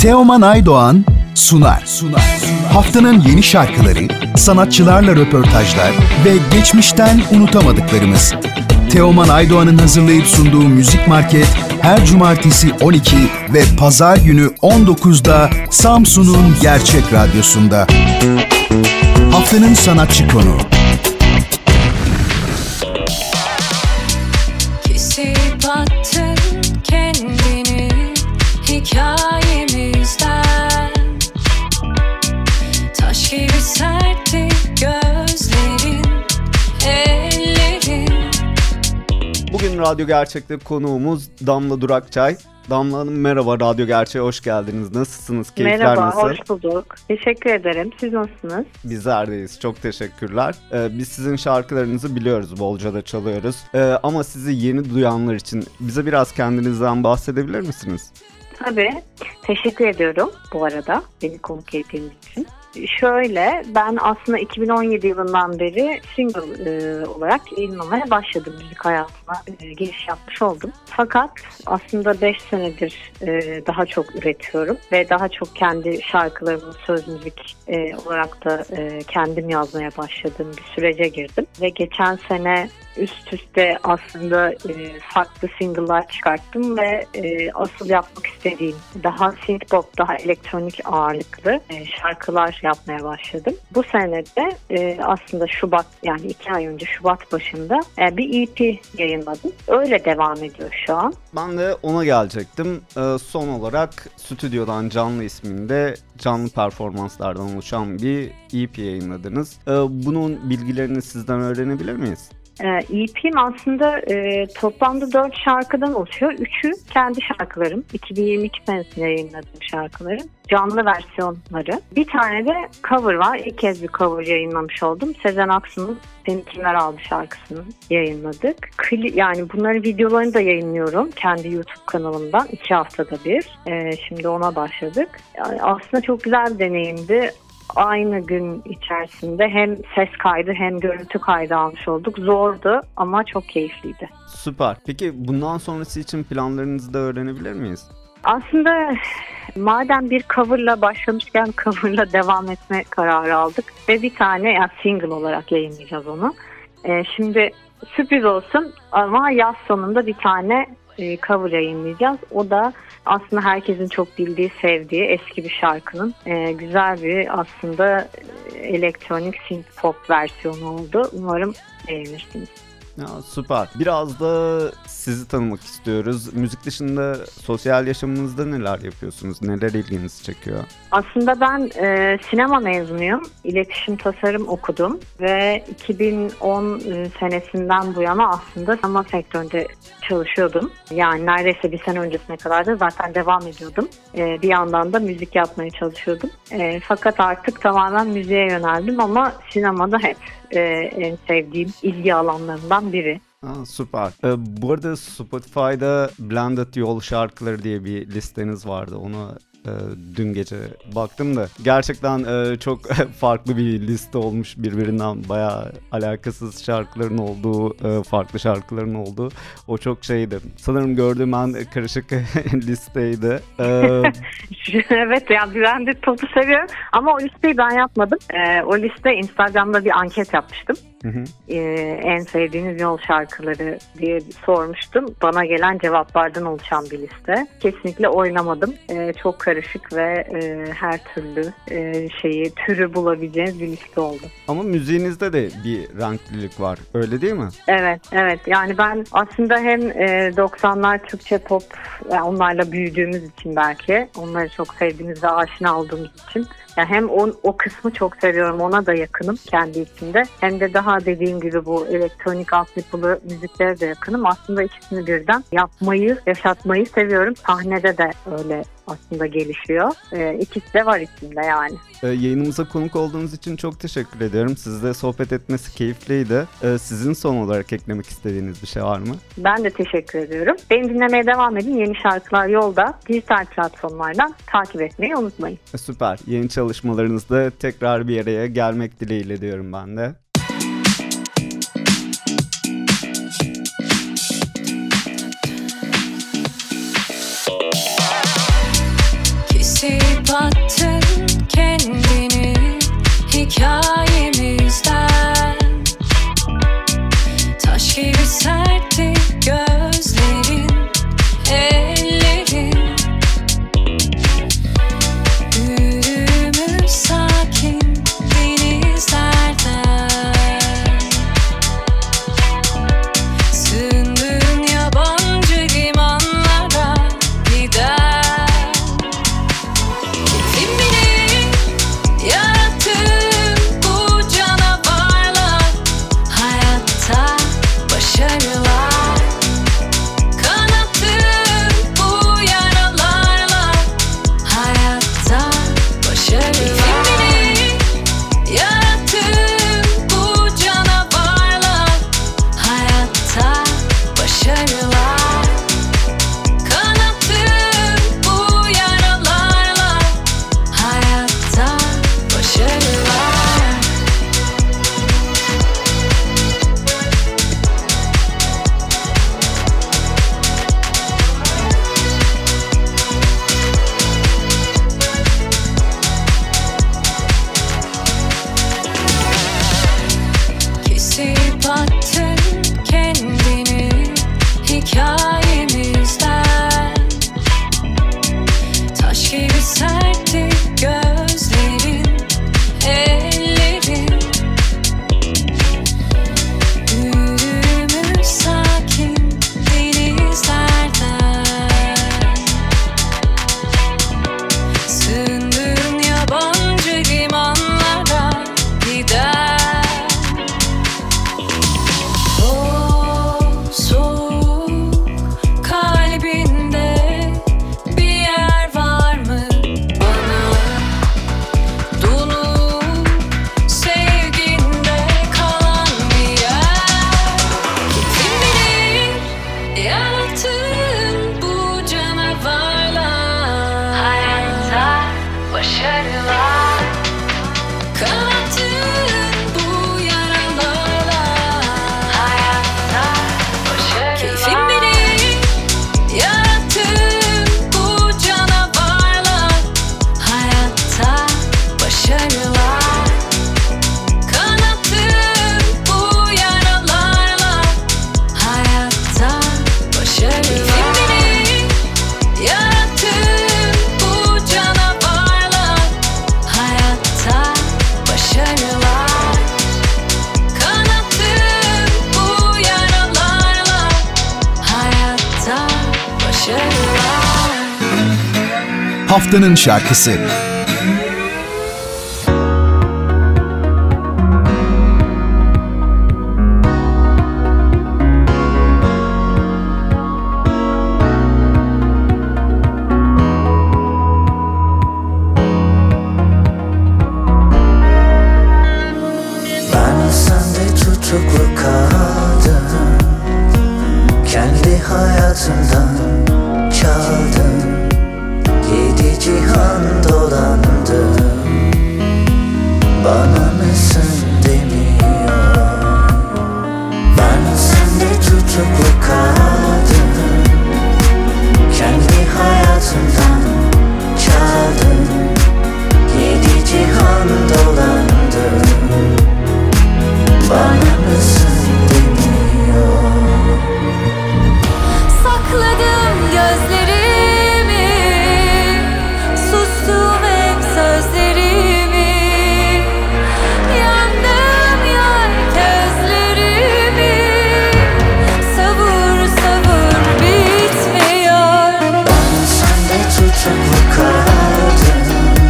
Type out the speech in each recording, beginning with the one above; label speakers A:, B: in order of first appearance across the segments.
A: Teoman Aydoğan sunar. Haftanın yeni şarkıları, sanatçılarla röportajlar ve geçmişten unutamadıklarımız. Teoman Aydoğan'ın hazırlayıp sunduğu Müzik Market her cumartesi 12 ve pazar günü 19'da Samsun'un Gerçek Radyosu'nda. Haftanın sanatçı konuğu.
B: Kesip attın kendini hikayemizden. Taş gibi sertti gözlerin, ellerin.
C: Bugün Radyo Gerçek'te konuğumuz Damla Durakçay. Damla Hanım merhaba, Radyo Gerçek'e hoş geldiniz. Nasılsınız? Keyifler
D: Merhaba,
C: nasıl?
D: hoş bulduk. Teşekkür ederim. Siz nasılsınız?
C: Bizler deyiz. Çok teşekkürler. Biz sizin şarkılarınızı biliyoruz. Bolca da çalıyoruz. Ama sizi yeni duyanlar için bize biraz kendinizden bahsedebilir misiniz?
D: Tabii. Teşekkür ediyorum bu arada beni konuk ettiğiniz için. Şöyle, ben aslında 2017 yılından beri single olarak yayınlamaya başladım. Müzik hayatıma giriş yapmış oldum. Fakat aslında 5 senedir daha çok üretiyorum ve daha çok kendi şarkılarımı söz müzik olarak da kendim yazmaya başladığım bir sürece girdim. Ve geçen sene üst üste aslında farklı single'lar çıkarttım ve asıl yapmak istediğim daha synth-pop, daha elektronik ağırlıklı şarkılar yapmaya başladım. Bu sene de aslında Şubat, yani 2 ay önce Şubat başında bir EP yayınladım. Öyle devam ediyor şu an.
C: Ben de ona gelecektim. Son olarak Stüdyodan Canlı isminde canlı performanslardan oluşan bir EP yayınladınız. Bunun bilgilerini sizden öğrenebilir miyiz?
D: EP'm aslında toplamda 4 şarkıdan oluşuyor. 3'ü kendi şarkılarım. 2022 senesinde yayınladığım şarkıların canlı versiyonları. Bir tane de cover var. İlk kez bir cover yayınlamış oldum. Sezen Aksu'nun Seni Kimler Aldı şarkısını yayınladık. Yani bunların videolarını da yayınlıyorum kendi YouTube kanalımdan 2 haftada bir. Şimdi ona başladık. Aslında çok güzel bir deneyimdi. Aynı gün içerisinde hem ses kaydı hem görüntü kaydı almış olduk. Zordu ama çok keyifliydi.
C: Süper. Peki bundan sonrası için planlarınızı da öğrenebilir miyiz?
D: Aslında madem bir coverla başlamışken coverla devam etme kararı aldık. Ve bir tane single olarak yayınlayacağız onu. Şimdi sürpriz olsun ama yaz sonunda bir tane cover yayınlayacağız. O da aslında herkesin çok bildiği, sevdiği eski bir şarkının güzel bir aslında elektronik synth pop versiyonu oldu. Umarım beğenirsiniz.
C: Ya, süper. Biraz da sizi tanımak istiyoruz. Müzik dışında sosyal yaşamınızda neler yapıyorsunuz? Neler ilginizi çekiyor?
D: Aslında ben sinema mezunuyum. İletişim tasarım okudum ve 2010 senesinden bu yana aslında sinema sektöründe çalışıyordum. Yani neredeyse bir sene öncesine kadar da zaten devam ediyordum. Bir yandan da müzik yapmaya çalışıyordum. Fakat artık tamamen müziğe yöneldim ama sinemada hep en sevdiğim ilgi alanlarından biri.
C: Süper. Bu arada Spotify'da Blended Yol şarkıları diye bir listeniz vardı. Onu dün gece baktım da gerçekten çok farklı bir liste olmuş, birbirinden bayağı alakasız şarkıların olduğu, farklı şarkıların olduğu. O çok şeydi. Sanırım gördüğüm en karışık listeydi.
D: Evet, yani ben de popu seviyorum ama o listeyi ben yapmadım. O liste Instagram'da bir anket yapmıştım. En sevdiğiniz yol şarkıları diye sormuştum. Bana gelen cevaplardan oluşan bir liste. Kesinlikle oynamadım. Çok karışık ve her türlü türü bulabileceğiniz bir liste oldu.
C: Ama müziğinizde de bir renklilik var. Öyle değil mi?
D: Evet. Yani ben aslında hem 90'lar Türkçe pop, yani onlarla büyüdüğümüz için belki, onları çok sevdiğimiz ve aşina olduğumuz için yani hem o kısmı çok seviyorum, ona da yakınım kendi içinde. Hem de daha dediğim gibi bu elektronik altyapılı müziklere de yakınım. Aslında ikisini birden yapmayı, yaşatmayı seviyorum. Sahnede de öyle aslında gelişiyor. İkisi de var içinde yani.
C: Yayınımıza konuk olduğunuz için çok teşekkür ediyorum. Sizle sohbet etmesi keyifliydi. Sizin son olarak eklemek istediğiniz bir şey var mı?
D: Ben de teşekkür ediyorum. Beni dinlemeye devam edin. Yeni şarkılar yolda. Dijital platformlardan takip etmeyi unutmayın.
C: Süper. Yeni çalışmalarınızda tekrar bir araya gelmek dileğiyle diyorum ben de.
B: Kesip attın kendini hikayemizden. Taş gibi sertti gözlerin, ellerin. Yürümüş sakin denizlerden. Sığındığın yabancı limanlara gider. Kim bilir yarattığın bu canavarlar, hayatta başarılar. Kanattığın bu yaralarla, hayatta başarılar. Kim bilir yarattığın bu canavarlar, hayatta başarılar. Kanattığın bu yaralarla, hayatta başarılar. Kesip attın kendini hikayemizden. Taş gibi sertti gözlerin, ellerin. Yürümüş sakin denizlerden. Sığındığın yabancı limanlara gider. O soğuk kalbinde bir yer var mı bana? Donup sevginde kalan bir yer. Kim bilir yarattığın bu canavarlar, hayatta başarılar. Kanattığın bu yaralarla, hayatta başarılar. Kim bilir yarattığın bu canavarlar, hayatta başarılar. Kanattığın bu yaralarla, hayatta başarılar. Kim bilir yarattığın bu canavarlar, hayatta başarılar. Kanattığın bu yaralarla, hayatta başarılar.
A: Haftanın şarkısı.
E: Ben sende tutuklu kaldım, kendi hayatımdan çaldım, yedi cihan dolandım, bana mısın demiyor. Ben sende tutuklu kaldım, kendi hayatımdan çaldım, yedi cihan dolandım, bana mısın demiyor.
B: Sakladım gözlerimi, sustum hep sözlerimi. Yandım yar gözlerimi, savur savur bitmiyor.
E: Ben sende tutuklu kaldım,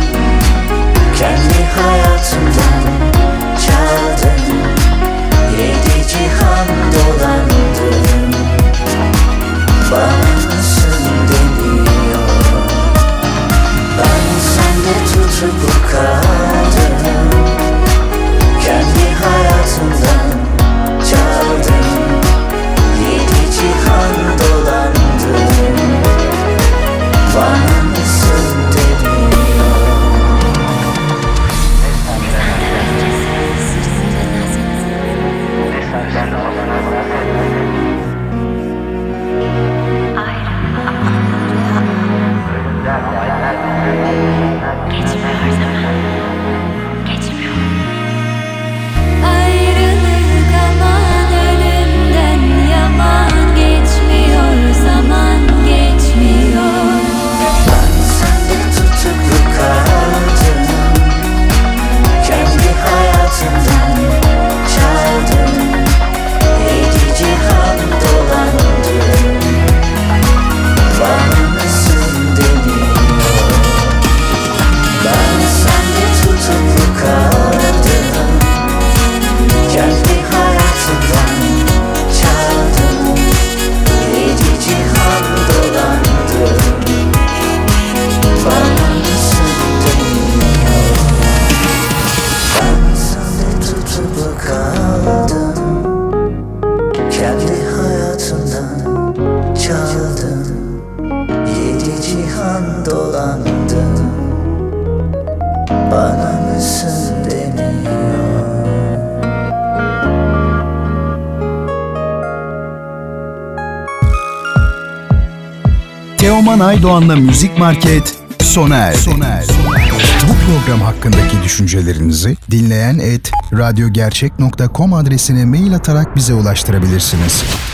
E: kendi hayatımdan çaldım, yedi cihan dolandım, bana mısın demiyor. Ben sende tutuklu kaldım, kendi hayatımdan çaldım, yedi cihan dolandım, bana mısın demiyor.
F: Ayrı
A: Teoman Aydoğan'la Müzik Market sona erdi.
F: Bu program hakkındaki düşüncelerinizi dinleyen @radyogercek.com adresine mail atarak bize ulaştırabilirsiniz.